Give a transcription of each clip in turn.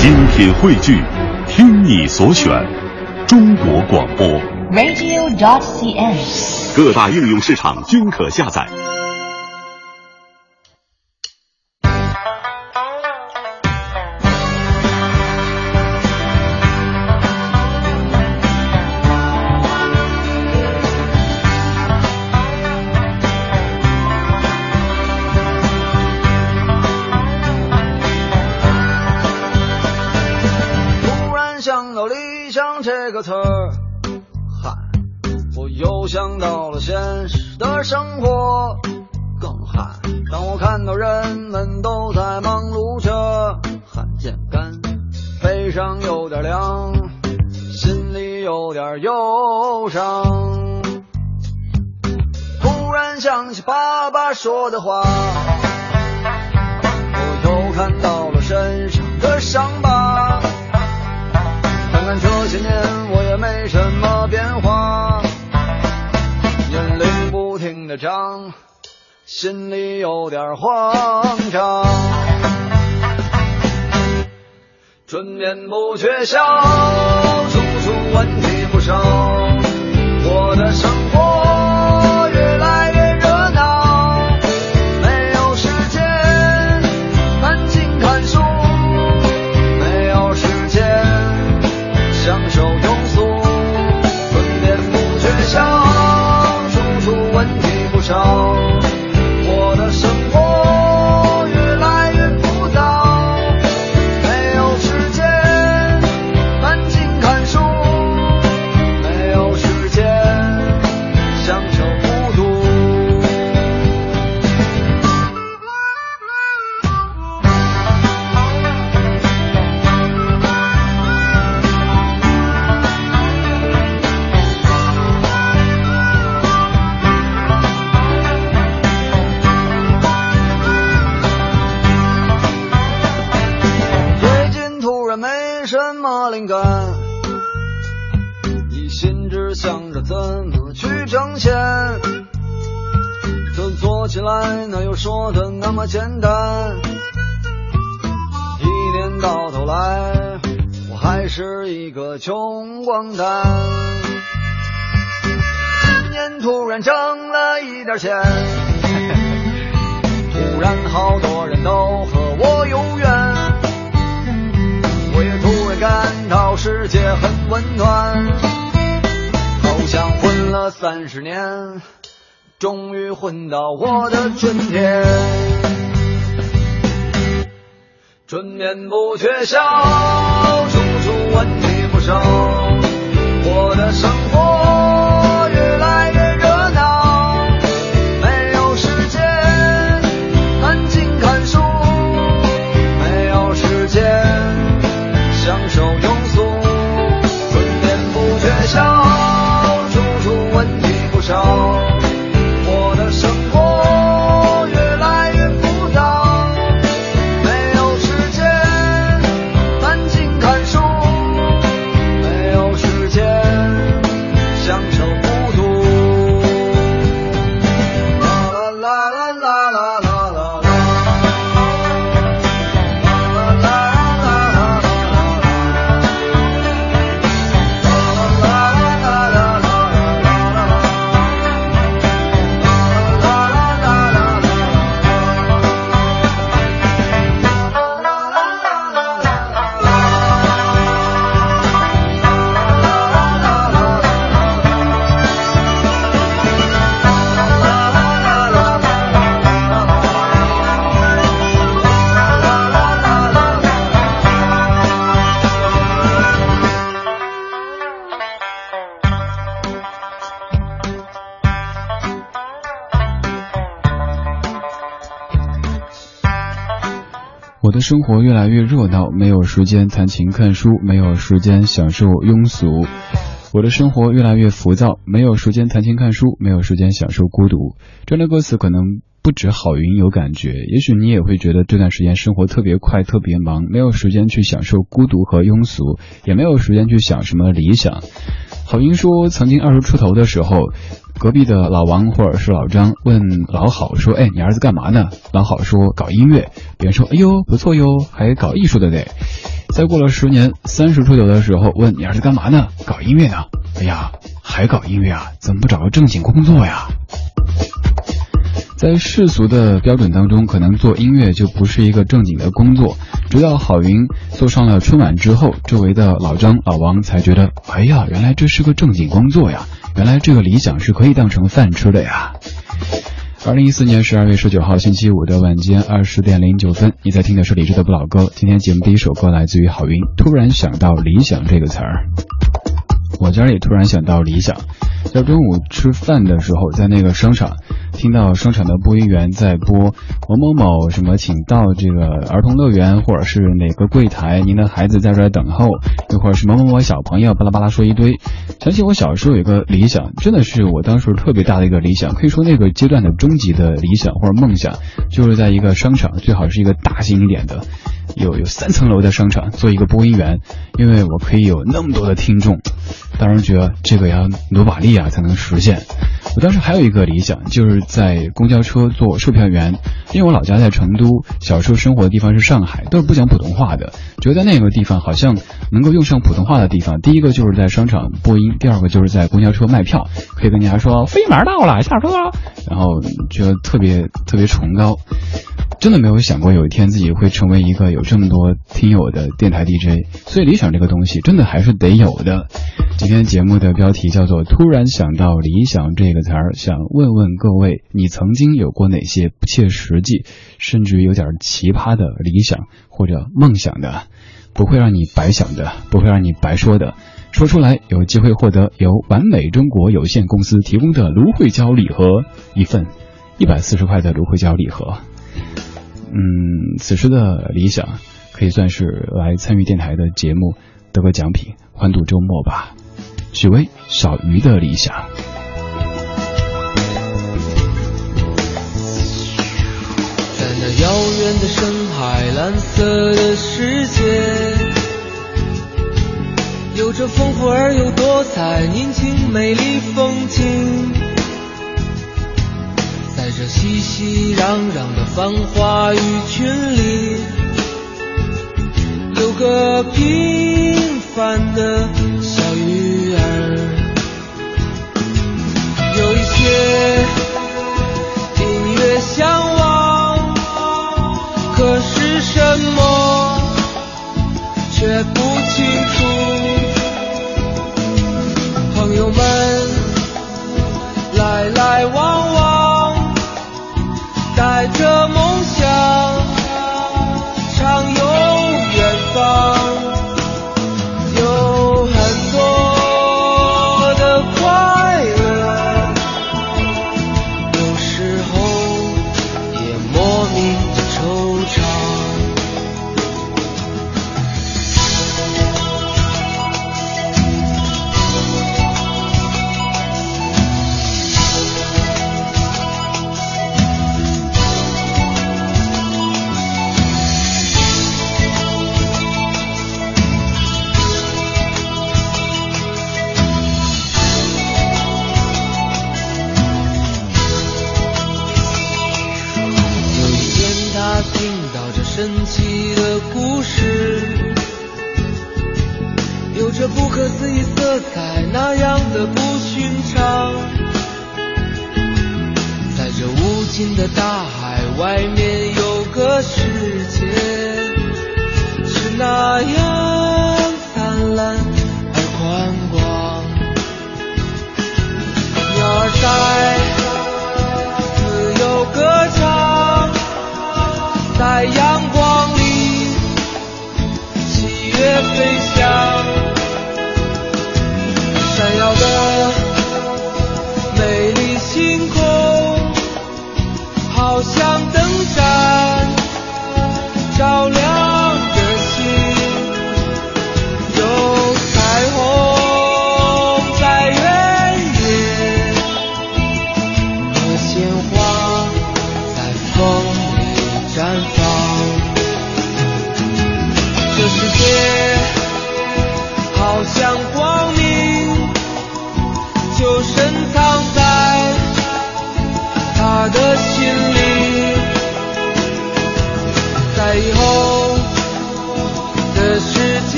精品汇聚，听你所选，中国广播 radio.cn， 各大应用市场均可下载。 这个词儿，嗨，我又想到了现实的生活，更嗨。当我看到人们都在忙碌着，汗渐干，背上有点凉，心里有点忧伤。突然想起爸爸说的话，我又看到了身上的伤疤。看看这些年我也没什么变化，年龄不停地长，心里有点慌张。春眠不觉晓，处处问题不少，我的生活越来越热闹，没有时间安静看书，没有时间享受庸俗，春眠不觉晓，处处问题不少，我的生活越来越浮躁，没有时间安静看书，没有时间享受孤独。什么灵感，一心只想着怎么去挣钱，可做起来哪有说的那么简单，一年到头来我还是一个穷光蛋。今年突然挣了一点钱，突然好多人都和我有缘，我也突然感到世界很温暖，好像混了30年，终于混到我的春天。春眠不觉晓，处处问题不少，我的生活越来越热闹，没有时间安静看书，没有时间享受庸俗，春眠不觉晓，处处问题不少，我的生活越来越浮躁，没有时间安静看书，没有时间享受孤独。啦啦啦啦啦啦啦啦。 我的生活越来越热闹，没有时间弹琴看书，没有时间享受庸俗。我的生活越来越浮躁，没有时间弹琴看书，没有时间享受孤独。这样的歌词可能不止郝云有感觉，也许你也会觉得这段时间生活特别快，特别忙，没有时间去享受孤独和庸俗，也没有时间去想什么理想。郝云说曾经20出头的时候，隔壁的老王或者是老张问老郝说，哎，你儿子干嘛呢？老郝说搞音乐。别人说，哎呦不错哟，还搞艺术的嘞。 再过了10年，30出头的时候问你儿子干嘛呢？搞音乐呢。哎呀，还搞音乐啊？怎么不找个正经工作呀？在世俗的标准当中，可能做音乐就不是一个正经的工作。直到郝云做上了春晚之后，周围的老张老王才觉得，哎呀，原来这是个正经工作呀，原来这个理想是可以当成饭吃的呀。2014年12月19号星期五的晚间20点09分，你在听的是李志的不老歌。今天节目第一首歌来自于郝云，突然想到理想这个词儿。我家里突然想到理想，在中午吃饭的时候，在那个商场听到商场的播音员在播某某某什么请到这个儿童乐园，或者是哪个柜台，您的孩子在这儿等候，又或者是某某某小朋友巴拉巴拉说一堆。想起我小时候有一个理想，真的是我当时特别大的一个理想，可以说那个阶段的终极的理想或者梦想，就是在一个商场，最好是一个大型一点的有3层楼的商场做一个播音员，因为我可以有那么多的听众。当时觉得这个要努把力啊才能实现。我当时还有一个理想，就是在公交车做售票员，因为我老家在成都，小时候生活的地方是上海，都是不讲普通话的，觉得在那个地方好像能够用上普通话的地方，第一个就是在商场播音，第二个就是在公交车卖票，可以跟人家说飞马到了下车了，然后觉得特别崇高。真的没有想过有一天自己会成为一个有这么多听友的电台 DJ， 所以理想这个东西真的还是得有的。今天节目的标题叫做突然想到理想这个词儿，想问问各位，你曾经有过哪些不切实际甚至于有点奇葩的理想或者梦想的，不会让你白想的，不会让你白说的，说出来有机会获得由完美中国有限公司提供的芦荟胶礼盒一份，140块的芦荟胶礼盒。此时的理想可以算是来参与电台的节目得个奖品，欢度周末吧。许巍小鱼的理想。 在那遥远的深海，蓝色的世界，有着丰富而又多彩、年轻美丽风景。在这熙熙攘攘的繁华鱼群里，有个平凡的小鱼儿。有一些音乐向往，可是什么却不清楚。朋友们来来往往，带着梦想畅游远方，有很多的快乐，有时候也莫名的惆怅。神奇的故事，有着不可思议色彩，那样的不寻常。在这无尽的大海外面有个世界，是那样灿烂而宽广。鸟儿在自由歌唱，在阳光里喜悦飞翔，闪耀的美丽星空好像灯盏，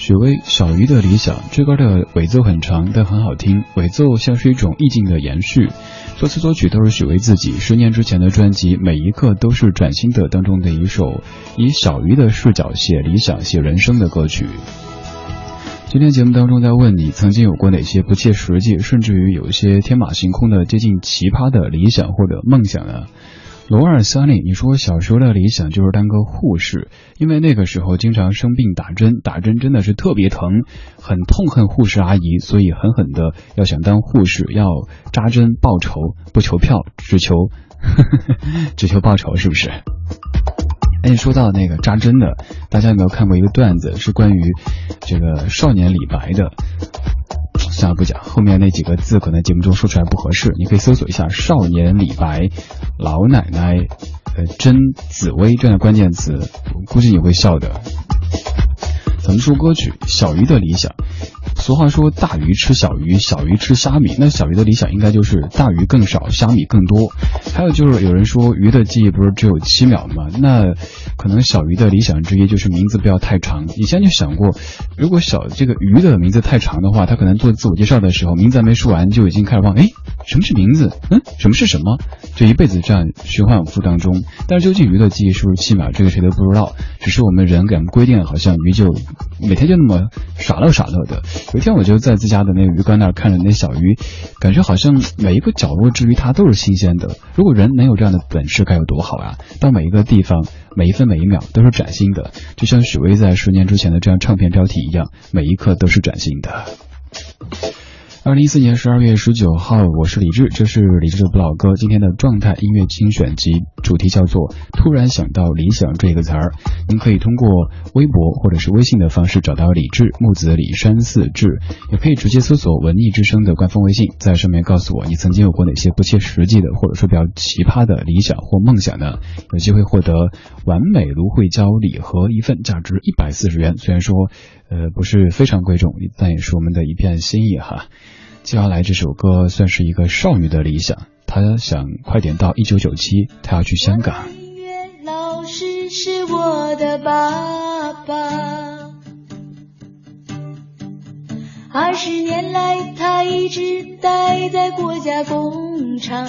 许巍小鱼的理想，这歌的尾奏很长但很好听，尾奏像是一种意境的延续。作词作曲都是许巍自己，10年之前的专辑每一刻都是崭新的当中的一首以小鱼的视角写理想写人生的歌曲。今天节目当中在问你曾经有过哪些不切实际甚至于有一些天马行空的接近奇葩的理想或者梦想呢？罗尔桑尼，你说小时候的理想就是当个护士，因为那个时候经常生病打针真的是特别疼，很痛恨护士阿姨，所以狠狠的要想当护士，要扎针报仇，不求票，只求报仇，是不是？哎，说到那个扎针的，大家有没有看过一个段子，是关于这个少年李白的？算了不讲，后面那几个字可能节目中说出来不合适，你可以搜索一下少年李白、老奶奶、真紫薇这样的关键词，估计你会笑的。咱们说歌曲小鱼的理想，俗话说大鱼吃小鱼，小鱼吃虾米，那小鱼的理想应该就是大鱼更少，虾米更多。还有就是有人说鱼的记忆不是只有7秒吗？那可能小鱼的理想之一就是名字不要太长。以前就想过，如果这个鱼的名字太长的话，他可能做自我介绍的时候名字还没说完就已经开始忘，什么是名字？什么是什么？就一辈子这样循环往复当中。但是究竟鱼的记忆是不是7秒，这个谁都不知道，只是我们人给他们规定了，好像鱼就每天就那么傻乐的。有一天我就在自家的那个鱼缸那儿看着那小鱼，感觉好像每一个角落之鱼它都是新鲜的。如果人能有这样的本事该有多好啊，到每一个地方每一分每一秒都是崭新的，就像许巍在10年之前的这样唱片标题一样，每一刻都是崭新的。2014年12月19号，我是李志，这是李志的不老歌。今天的状态音乐精选集主题叫做突然想到理想这个词儿。您可以通过微博或者是微信的方式找到李志，木子李山寺志，也可以直接搜索文艺之声的官方微信，在上面告诉我你曾经有过哪些不切实际的或者说比较奇葩的理想或梦想呢？有机会获得完美芦荟胶礼盒一份，价值140元，虽然说不是非常贵重，但也是我们的一片心意哈。接下来这首歌算是一个少女的理想，她想快点到1997，她要去香港。 音乐老师是我的爸爸，20年来他一直待在国家工厂。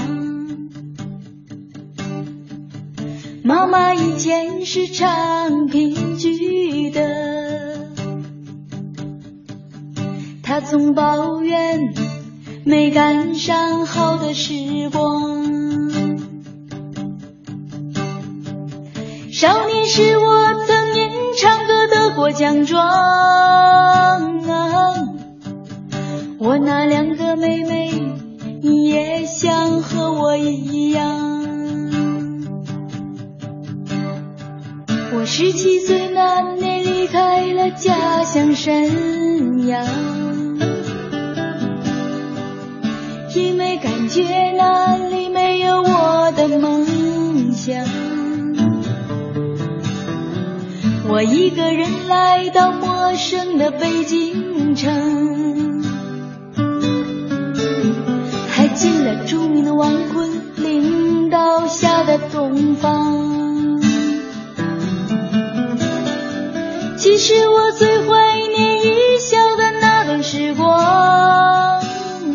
妈妈以前是唱评剧的，他总抱怨没赶上好的时光。少年时我曾因唱歌得过奖状啊，我那2个妹妹也想和我一样。我17岁那年离开了家乡沈阳，因为感觉那里没有我的梦想。我一个人来到陌生的北京城，还进了著名的王昆领导下的东方。其实我最怀念一笑的那段时光啊，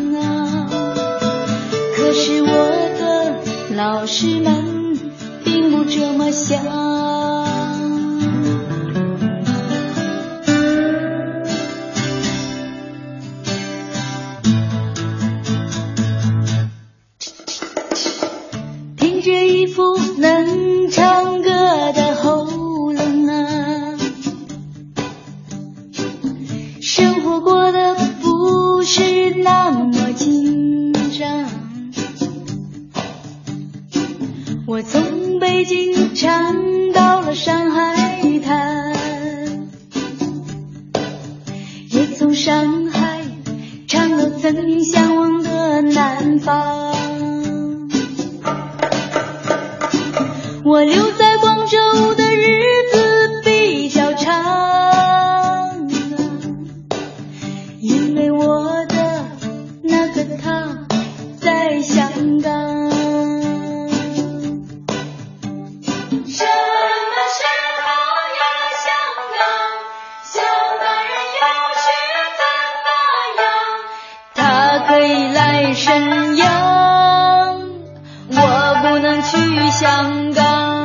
可是我的老师们并不这么想。听着一副能唱歌的喉咙啊，生活过得不是那么紧张。我从北京唱到了上海滩，也从上海唱到曾经向往的南方。我留在广州的日子比较长，因为我的那个他在香港。什么时候呀香港，小大人呀不能去香港。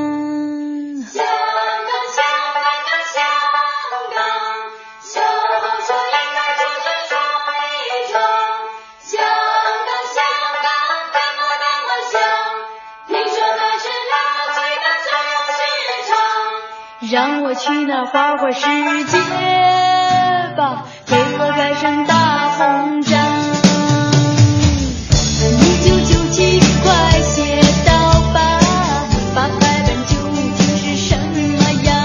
让我去那花花世界吧，给我盖上大红章。1997快写到吧，800版究竟是什么样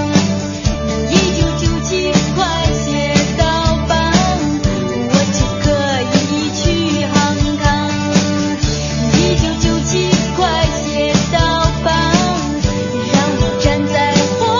？1997快写到吧，我就可以去杭康。1997快写到吧，让我站在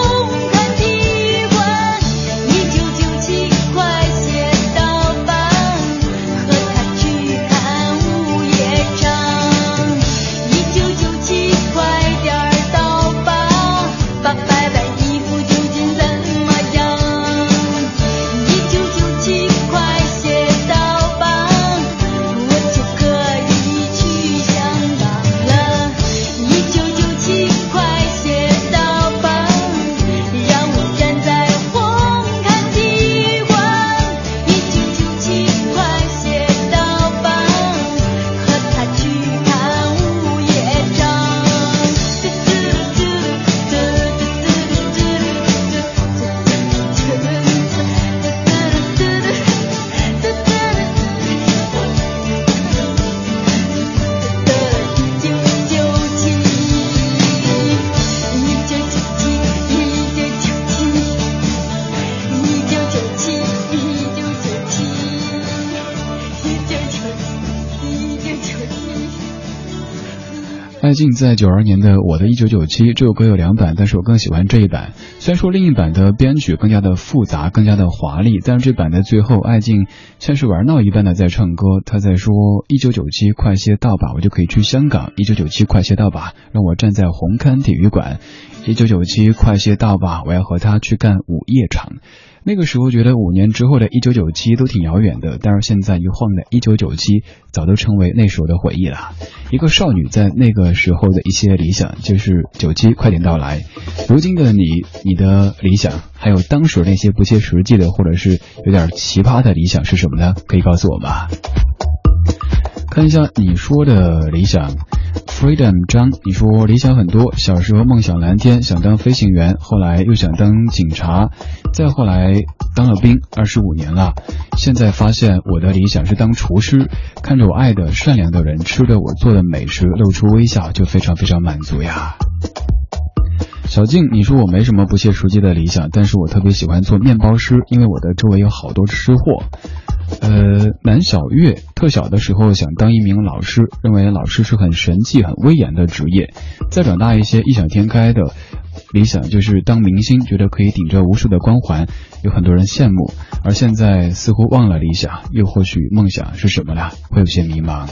艾敬在92年的《我的1997》这首歌有2版，但是我更喜欢这一版。虽然说另一版的编曲更加的复杂，更加的华丽，但是这版的最后，艾敬像是玩闹一般的在唱歌，他在说1997快些到吧，我就可以去香港；1997快些到吧，让我站在红磡体育馆；1997快些到吧，我要和他去干午夜场。那个时候觉得5年之后的1997都挺遥远的，但是现在一晃的1997早都成为那时候的回忆了。一个少女在那个时候的一些理想，就是97快点到来。如今的你的理想，还有当时那些不切实际的或者是有点奇葩的理想是什么呢？可以告诉我吗？看一下你说的理想。Freedom 张，你说理想很多，小时候梦想蓝天，想当飞行员，后来又想当警察，再后来当了兵，25年了。现在发现我的理想是当厨师，看着我爱的善良的人吃着我做的美食，露出微笑，就非常非常满足呀。小静，你说我没什么不切实际的理想，但是我特别喜欢做面包师，因为我的周围有好多吃货。南小月，特小的时候想当一名老师，认为老师是很神气很威严的职业。再长大一些，异想天开的理想就是当明星，觉得可以顶着无数的光环，有很多人羡慕。而现在似乎忘了理想，又或许梦想是什么了，会有些迷茫。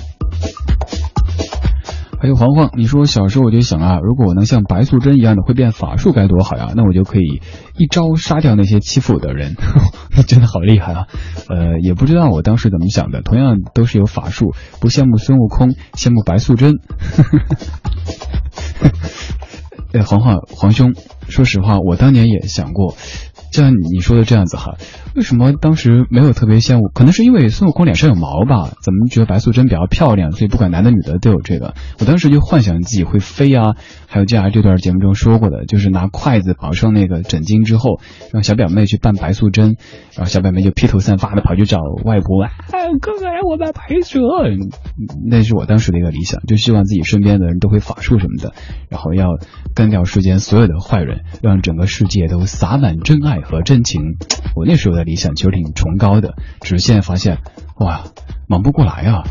还有黄黄，你说小时候我就想啊，如果我能像白素贞一样的会变法术该多好呀，那我就可以一招杀掉那些欺负我的人。真的好厉害啊。也不知道我当时怎么想的，同样都是有法术，不羡慕孙悟空，羡慕白素贞。黄兄，说实话我当年也想过像你说的这样子哈，为什么当时没有特别羡慕？可能是因为孙悟空脸上有毛吧，怎么觉得白素贞比较漂亮，所以不管男的女的都有这个。我当时就幻想自己会飞啊，还有接下来这段节目中说过的，就是拿筷子绑上那个枕巾之后，让小表妹去扮白素贞，然后小表妹就披头散发的跑去找外婆，哥哥让我扮白蛇。那是我当时的一个理想，就希望自己身边的人都会法术什么的，然后要干掉世间所有的坏人，让整个世界都洒满真爱和真情。我那时候的理想其实挺崇高的，只是现在发现，哇，忙不过来啊。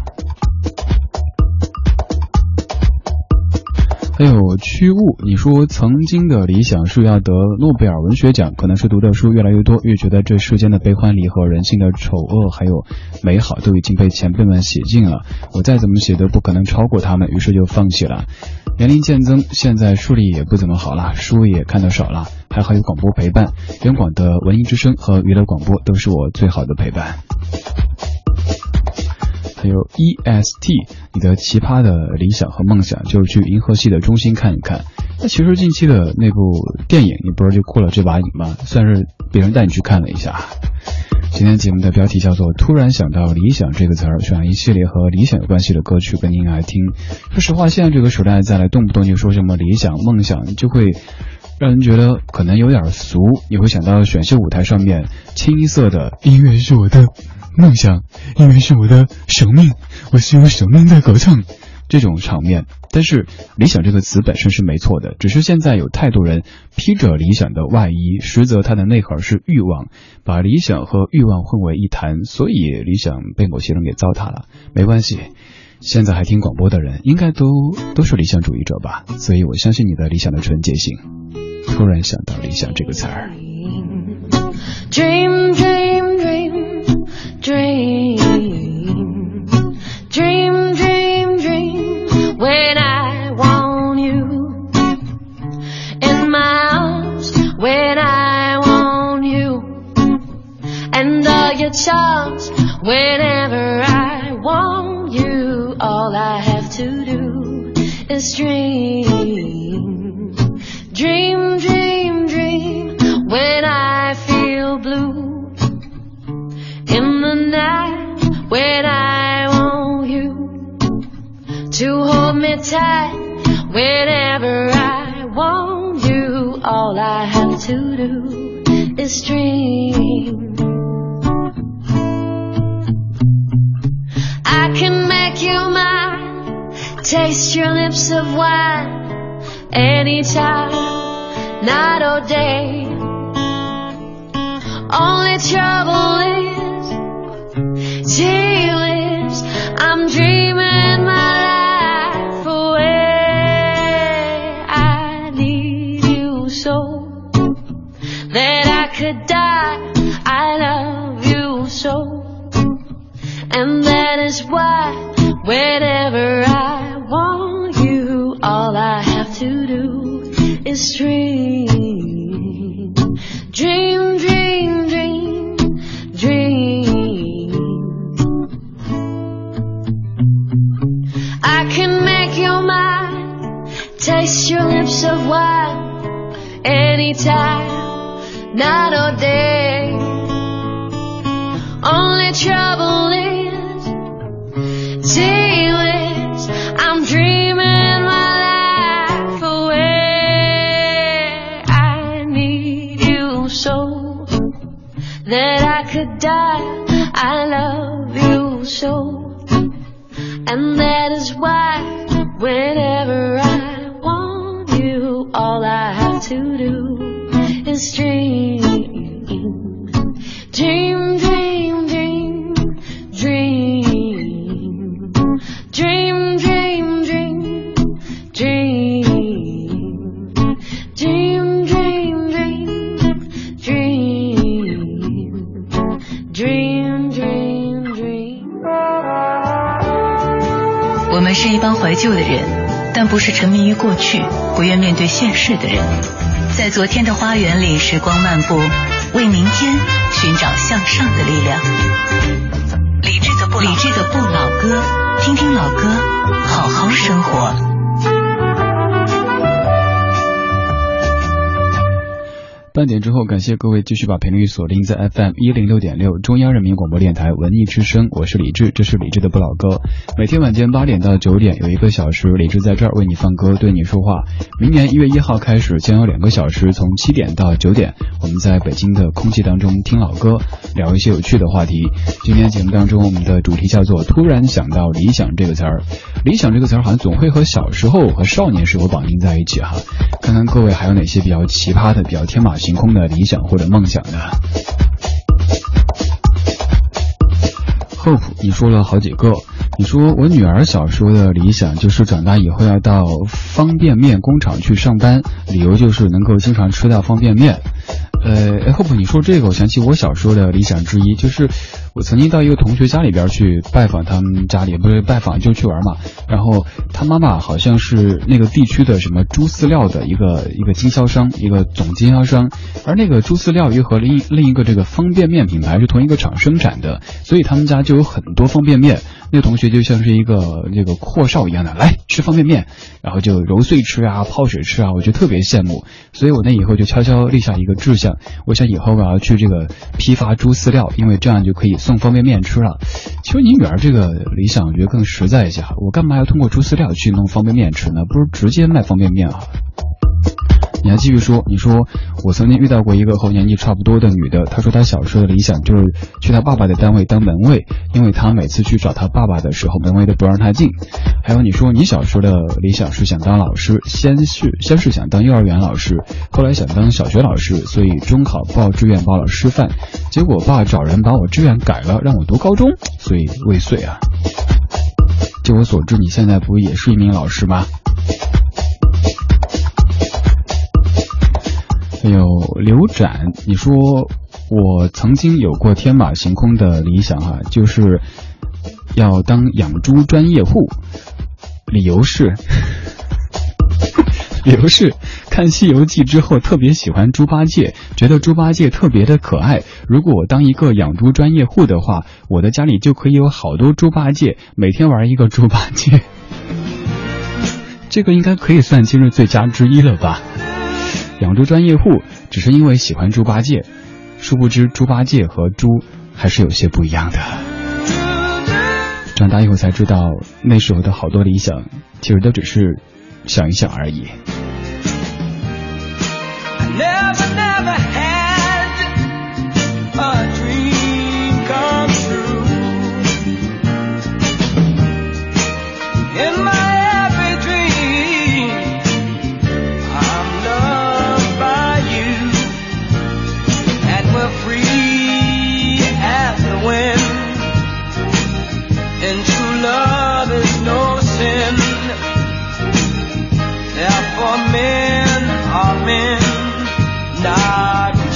还有屈物，你说曾经的理想是要得诺贝尔文学奖，可能是读的书越来越多，越觉得这世间的悲欢离合、人性的丑恶还有美好都已经被前辈们写尽了，我再怎么写都不可能超过他们，于是就放弃了。年龄渐增，现在视力也不怎么好了，书也看得少了，还好有广播陪伴，原广的文艺之声和娱乐广播都是我最好的陪伴。 还有 EST， 你的奇葩的理想和梦想就是去银河系的中心看一看。那其实近期的那部电影，你不是就过了这把瘾吗？算是别人带你去看了一下。今天节目的标题叫做突然想到理想这个词儿，选了一系列和理想有关系的歌曲跟您来听。说实话，现在这个时代再来动不动就说什么理想梦想，就会让人觉得可能有点俗。你会想到选秀舞台上面清一色的音乐是我的梦想，音乐是我的生命，我是用生命在歌唱这种场面。但是理想这个词本身是没错的，只是现在有太多人披着理想的外衣，实则它的内核是欲望，把理想和欲望混为一谈，所以理想被某些人给糟蹋了。没关系，现在还听广播的人应该都是理想主义者吧，所以我相信你的理想的纯洁性。突然想到理想这个词儿。 Dream, dream, dream, dream, dream, dream, dream. When I want you in my arms, when I want you, and all your charms. Whenever I want you, all I have to do is dream, dream, dream, dream. When I feel blue in the night, when I want you to hold me tight, whenever I want you, all I have to do is dream. I can make you mine, taste your lips of wine, anytime, night or day. Only trouble is, till is, I'm dreaming my life away. I need you so that I could die. I love you so, and that is why whenever I want you, all I have to do is dream, dream, dream, dream, dream. I can make you mine, taste your lips of wine, anytime, night or day. Only trouble is, till is, I'm dreaming my life away. I need you so that I could die. I love you so, and that is why whenever I want you, all I have to do is dream, dream, dream, dream, dream, dream, dream, dream, dream, dream, dream, dream, dream, dream, dream. 我们是一帮怀旧的人，但不是沉迷于过去、不愿面对现实的人。在昨天的花园里，时光漫步，为明天寻找向上的力量。理智的不老歌，听听老歌，好好生活。 半点之后，感谢各位继续把频率锁定在 FM 106.6中央人民广播电台文艺之声，我是李志，这是李志的不老歌。每天晚间8点到9点有1个小时，李志在这儿为你放歌，对你说话。明年1月1号开始，将有2个小时，从7点到9点，我们在北京的空气当中听老歌，聊一些有趣的话题。今天节目当中，我们的主题叫做突然想到理想这个词儿。理想这个词儿好像总会和小时候和少年时候绑定在一起哈。看看各位还有哪些比较奇葩的、比较天马行空的理想或者梦想呢？ Hope 你说了好几个，你说我女儿小时候的理想就是长大以后要到方便面工厂去上班，理由就是能够经常吃到方便面。Hope 你说这个，我想起我小时候的理想之一，就是我曾经到一个同学家里边去拜访他们家里，不是拜访就去玩嘛，然后他妈妈好像是那个地区的什么猪饲料的一个经销商，一个总经销商，而那个猪饲料又和另一个这个方便面品牌是同一个厂生产的，所以他们家就有很多方便面。那个同学就像是一个这个阔少一样的，来吃方便面，然后就揉碎吃啊，泡水吃啊，我就特别羡慕。所以我那以后就悄悄立下一个志向，我想以后我要去这个批发猪饲料，因为这样就可以送方便面吃了。其实你女儿这个理想我觉得更实在一些，我干嘛要通过猪饲料去弄方便面吃呢？不如直接卖方便面啊。你还继续说，你说我曾经遇到过一个和年纪差不多的女的，她说她小时候的理想就是去她爸爸的单位当门卫，因为她每次去找她爸爸的时候，门卫都不让她进。还有你说你小时候的理想是想当老师，先是想当幼儿园老师，后来想当小学老师，所以中考报志愿报了师范，结果爸找人把我志愿改了，让我读高中，所以未遂啊。据我所知，你现在不也是一名老师吗？还有刘展，你说我曾经有过天马行空的理想就是要当养猪专业户，理由是看《西游记》之后特别喜欢猪八戒，觉得猪八戒特别的可爱。如果我当一个养猪专业户的话，我的家里就可以有好多猪八戒，每天玩一个猪八戒。这个应该可以算今日最佳之一了吧。养猪专业户只是因为喜欢猪八戒，殊不知猪八戒和猪还是有些不一样的。长大以后才知道，那时候的好多理想其实都只是想一想而已。 Men are men, not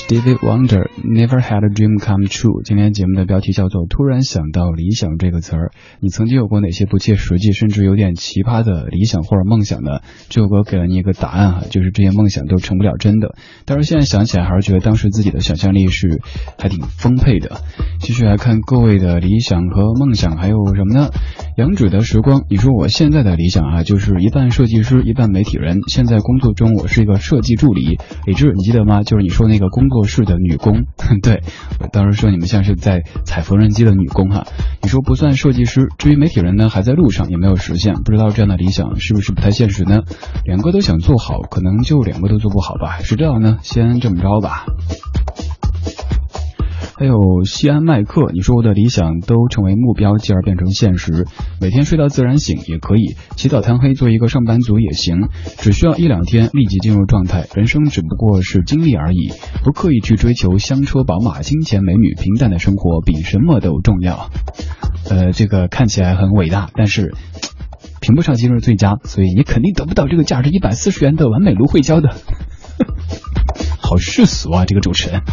Stevie Wonder Never Had a Dream Come True。今天节目的标题叫做突然想到理想这个词儿。你曾经有过哪些不切实际甚至有点奇葩的理想或者梦想呢？这首歌给了你一个答案就是这些梦想都成不了真的。但是现在想起来还是觉得当时自己的想象力是还挺丰沛的。继续来看各位的理想和梦想还有什么呢？杨芷的时光，你说我现在的理想就是一半设计师一半媒体人，现在工作中我是一个设计助理。李志你记得吗？就是你说那个工作室的女工对，我当时说你们像是在踩缝纫机的女工你说不算设计师，至于媒体人呢还在路上，也没有实现，不知道这样的理想是不是不太现实呢？两个都想做好，可能就两个都做不好吧，谁知道呢？先这么着吧。还有西安麦克，你说我的理想都成为目标，继而变成现实。每天睡到自然醒也可以，起早贪黑做一个上班族也行，只需要1-2天立即进入状态。人生只不过是经历而已，不刻意去追求香车宝马、金钱美女，平淡的生活比什么都重要。这个看起来很伟大，但是评不上今日最佳，所以你肯定得不到这个价值140元的完美芦荟胶的。好世俗啊，这个主持人。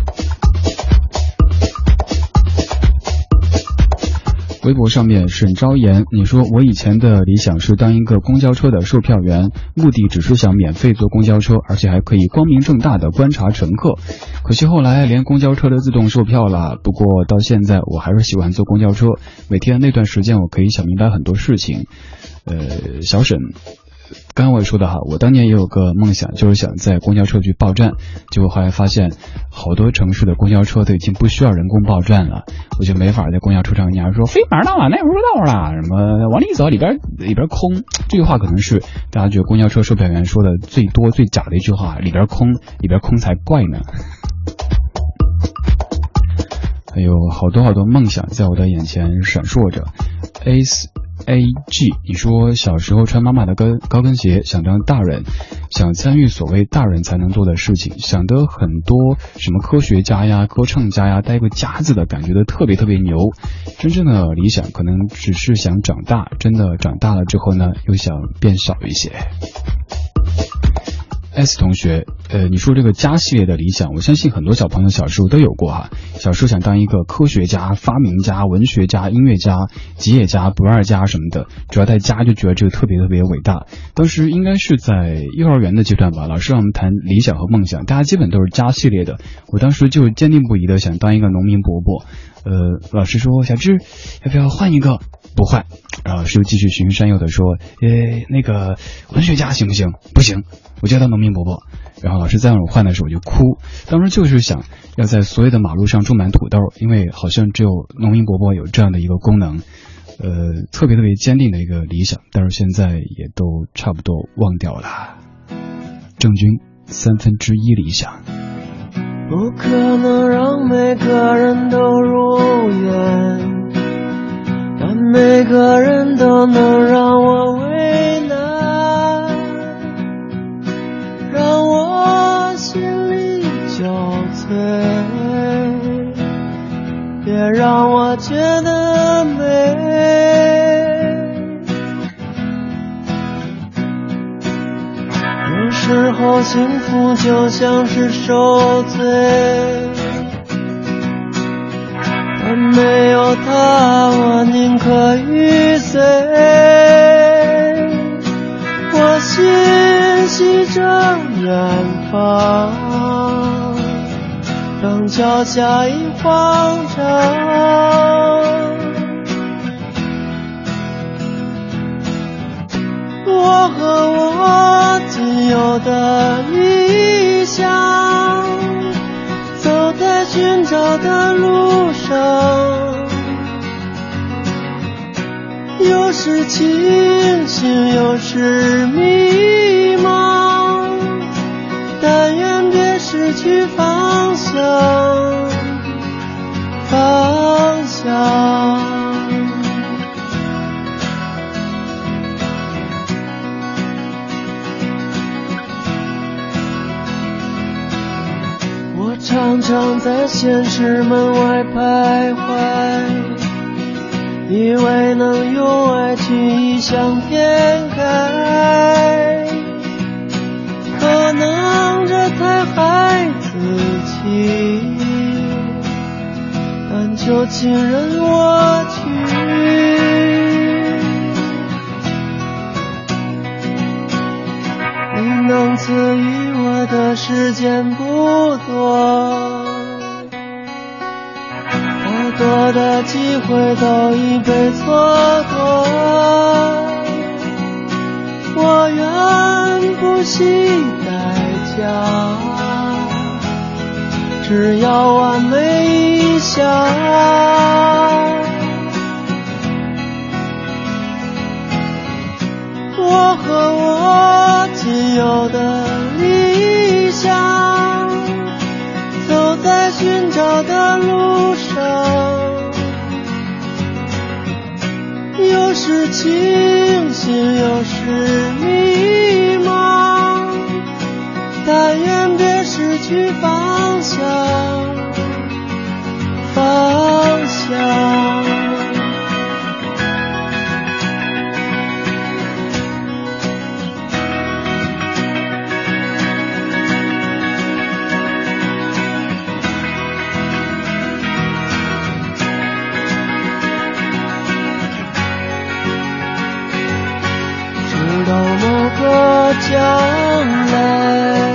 微博上面沈昭言，你说我以前的理想是当一个公交车的售票员，目的只是想免费坐公交车，而且还可以光明正大的观察乘客。可惜后来连公交车都自动售票了，不过到现在我还是喜欢坐公交车，每天那段时间我可以想明白很多事情。小沈刚刚我也说的我当年也有个梦想，就是想在公交车去报站，结果后来发现好多城市的公交车都已经不需要人工报站了，我就没法在公交车上人家说飞马到了，那时候到了，什么往里走里边空，这句话可能是大家觉得公交车售票员说的最多最假的一句话，里边空才怪呢。还有好多梦想在我的眼前闪烁着。AG， 你说小时候穿妈妈的高跟鞋，想当大人，想参与所谓大人才能做的事情，想得很多什么科学家呀、歌唱家呀，带个家字的感觉的特别牛。真正的理想可能只是想长大，真的长大了之后呢，又想变小一些。S 同学，你说这个家系列的理想，我相信很多小朋友小时候都有过小时候想当一个科学家、发明家、文学家、音乐家、吉野家、不二家什么的，只要带家就觉得这个特别伟大。当时应该是在幼儿园的阶段吧，老师让我们谈理想和梦想，大家基本都是家系列的。我当时就坚定不移的想当一个农民伯伯。老师说小智要不要换一个？不换。然后老师又继续循山右的说那个文学家行不行？不行，我就要当农民伯伯。然后老师再让我换的时候我就哭，当时就是想要在所有的马路上种满土豆，因为好像只有农民伯伯有这样的一个功能。特别坚定的一个理想，但是现在也都差不多忘掉了。郑钧1/3理想。 不可能让每个人都如愿，但每个人都能让我为难，让我心里交瘁，别让我觉得美。有时候幸福就像是受罪，但没有他我宁可玉碎。我心系着远方，让脚下一慌张。我和我仅有的理想，走在寻找的路上，有时清醒，有时迷茫，但愿别失去方向。我常常在现实门外徘徊，以为能用爱去异想天开，可能这太孩子气， 就请任我去。你能赐予我的时间不多，太多的机会都已被蹉跎，我愿不惜代价，只要完美一下。我和我仅有的理想，走在寻找的路上，有时清醒，有时迷茫，但愿别失去方向，方向。将来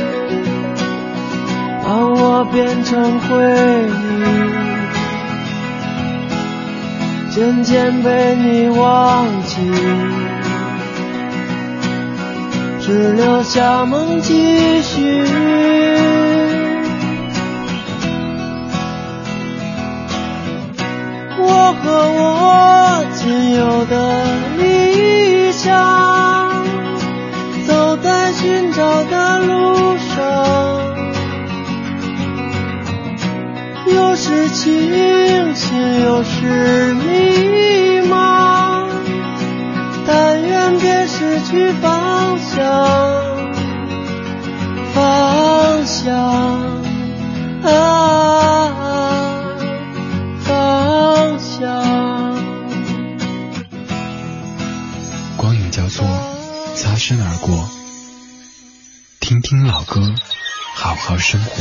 当我变成回忆，渐渐被你忘记，只留下梦继续。我和我仅有的理想，走在寻找的路上，有时清醒，有时迷茫，但愿别失去方向，方向啊，方向。 光影交错，擦身而过，听听老歌，好好生活。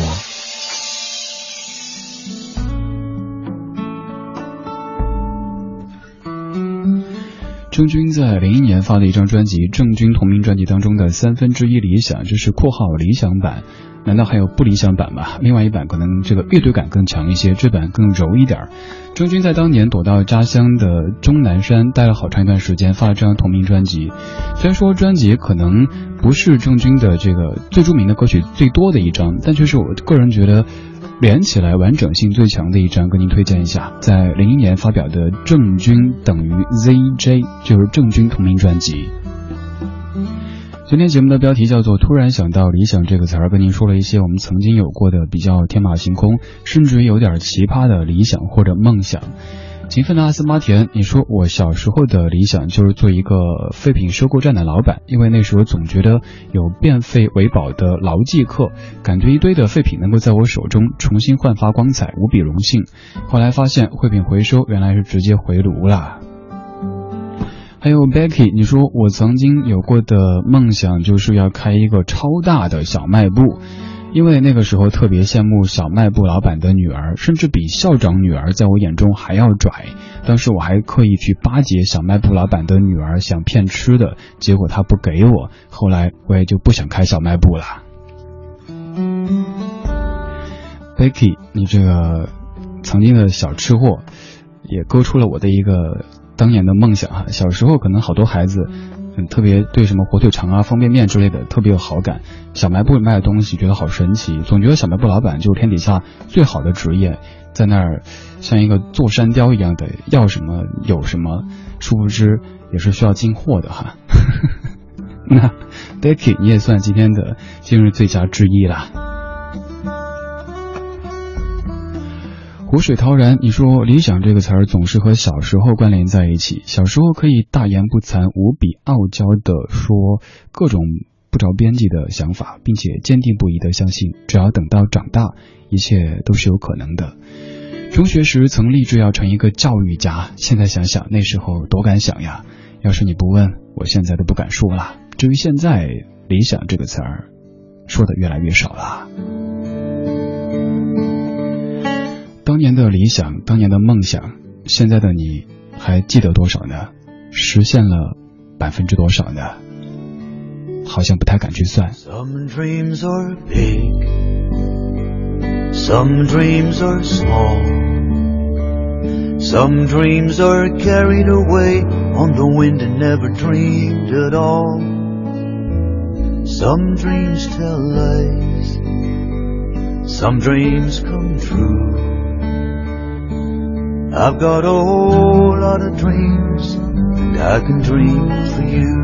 郑钧在01年发的一张专辑《郑钧同名专辑》当中的1/3理想，这是括号理想版，难道还有不理想版吗？另外一版可能这个乐队感更强一些，这版更柔一点。郑钧在当年躲到家乡的终南山待了好长一段时间，发了这张同名专辑。虽然说专辑可能不是郑钧的这个最著名的歌曲最多的一张，但却是我个人觉得连起来完整性最强的一张，跟您推荐一下，在01年发表的郑钧等于 ZJ， 就是郑钧同名专辑。今天节目的标题叫做突然想到理想这个词儿，跟您说了一些我们曾经有过的比较天马行空甚至于有点奇葩的理想或者梦想。勤奋的阿斯巴甜，你说我小时候的理想就是做一个废品收购站的老板，因为那时候总觉得有变废为宝的牢记课，感觉一堆的废品能够在我手中重新焕发光彩，无比荣幸。后来发现废品回收原来是直接回炉啦。还有 Becky， 你说我曾经有过的梦想就是要开一个超大的小卖部，因为那个时候特别羡慕小卖部老板的女儿，甚至比校长女儿在我眼中还要拽。当时我还刻意去巴结小卖部老板的女儿，想骗吃的，结果她不给我，后来我也就不想开小卖部了。Becky， 你这个曾经的小吃货也勾出了我的一个当年的梦想哈。小时候可能好多孩子特别对什么火腿肠啊方便面之类的特别有好感，小卖部里卖的东西觉得好神奇，总觉得小卖部老板就是天底下最好的职业，在那儿像一个坐山雕一样的，要什么有什么，殊不知也是需要进货的哈。那 Becky 你也算今天的今日最佳之一啦。湖水涛然，你说理想这个词儿总是和小时候关联在一起，小时候可以大言不惭无比傲娇的说各种不着边际的想法，并且坚定不移的相信只要等到长大一切都是有可能的。中学时曾立志要成一个教育家，现在想想那时候多敢想呀，要是你不问我现在都不敢说了。至于现在理想这个词儿说的越来越少了。当当年的理想，当年的梦想，现在的你还记得多少呢？实现了多少呢？好像不太敢去算。 Some dreams are big, some dreams are small, some dreams are carried away on the wind and never dreamed at all. Some dreams tell lies, some dreams come true. I've got a whole lot of dreams, and I can dream for you.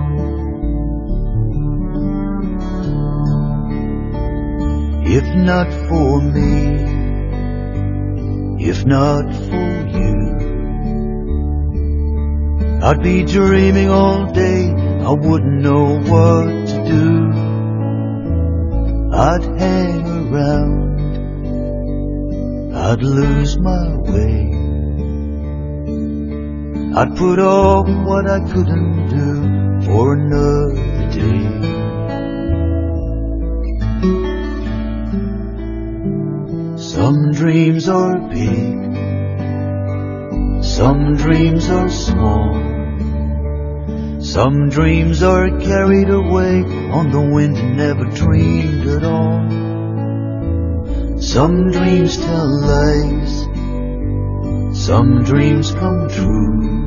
If not for me, if not for you, I'd be dreaming all day, I wouldn't know what to do. I'd hang around, I'd lose my way, I'd put off what I couldn't do for another day. Some dreams are big, some dreams are small, some dreams are carried away on the wind and never dreamed at all. Some dreams tell lies, some dreams come true.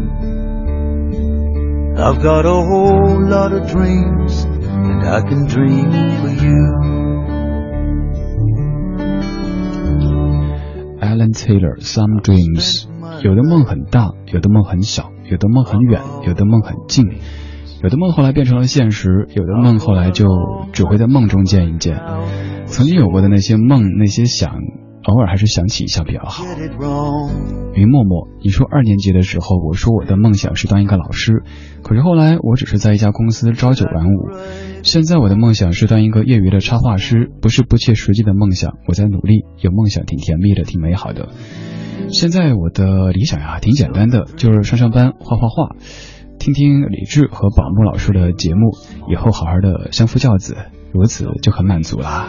I've got a whole lot of dreams, and I can dream for you. Alan Taylor, Some Dreams。 有的梦很大，有的梦很小，有的梦很远，有的梦很近，有的梦后来变成了现实，有的梦后来就只会在梦中见一见。曾经有过的那些梦，那些想，偶尔还是想起一下比较好。云默默，你说2年级的时候，我说我的梦想是当一个老师，可是后来我只是在一家公司朝9晚5。现在我的梦想是当一个业余的插画师，不是不切实际的梦想，我在努力，有梦想挺甜蜜的，挺美好的。现在我的理想呀，挺简单的，就是上班，画画，听听李志和宝木老师的节目，以后好好的相夫教子，如此就很满足了。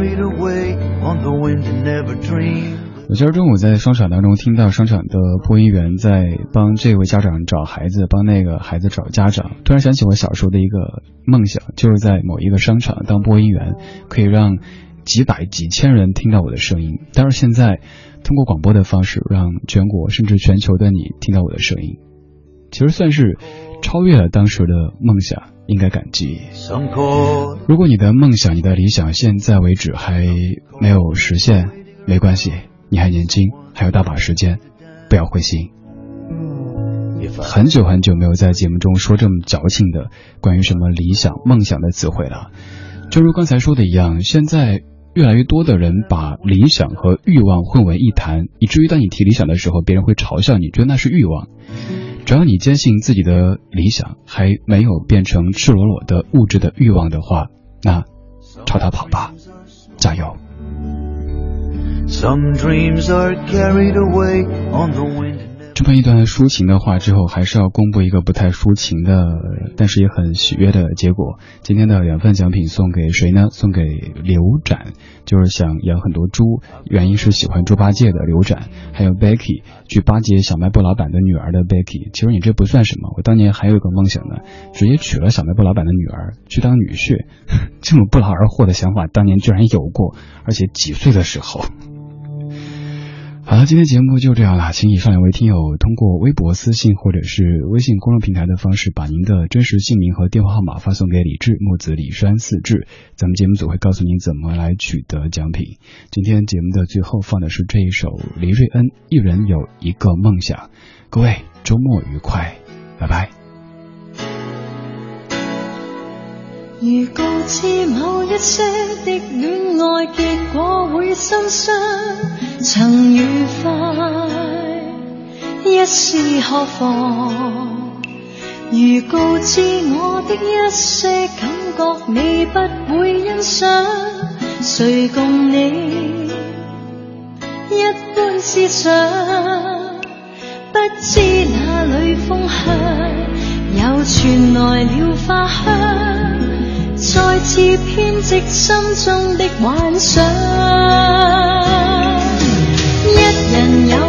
我今儿中午在商场当中听到商场的播音员在帮这位家长找孩子，帮那个孩子找家长，突然想起我小时候的一个梦想，就是在某一个商场当播音员，可以让几百几千人听到我的声音。但是现在通过广播的方式，让全国甚至全球的你听到我的声音，其实算是超越了当时的梦想，应该感激。如果你的梦想，你的理想现在为止还没有实现，没关系，你还年轻，还有大把时间，不要灰心。很久很久没有在节目中说这么矫情的关于什么理想梦想的词汇了。正如刚才说的一样，现在越来越多的人把理想和欲望混为一谈，以至于当你提理想的时候，别人会嘲笑你，觉得那是欲望。只要你坚信自己的理想还没有变成赤裸裸的物质的欲望的话，那朝它跑吧，加油。 Some dreams are carried away on the wind. 这么一段抒情的话之后，还是要公布一个不太抒情的，但是也很喜悦的结果。今天的2份奖品送给谁呢？送给刘展，就是想养很多猪，原因是喜欢猪八戒的刘展，还有 Becky， 去巴结小卖部老板的女儿的 Becky。其实你这不算什么，我当年还有一个梦想呢，直接娶了小卖部老板的女儿去当女婿，这么不劳而获的想法当年居然有过，而且几岁的时候。好了，今天节目就这样了，请以上2位听友通过微博私信或者是微信公众平台的方式，把您的真实姓名和电话号码发送给李志，木子李山4志，咱们节目组会告诉您怎么来取得奖品。今天节目的最后放的是这一首黎瑞恩，一人有一个梦想。各位周末愉快，拜拜。 如告知某一些的戀愛結果會心傷，曾愉快一是何妨？如告知我的一些感覺你不會欣賞，誰共你一般思想？不知哪裏風香，又傳來了花香，再次編織心中的幻想。 一人有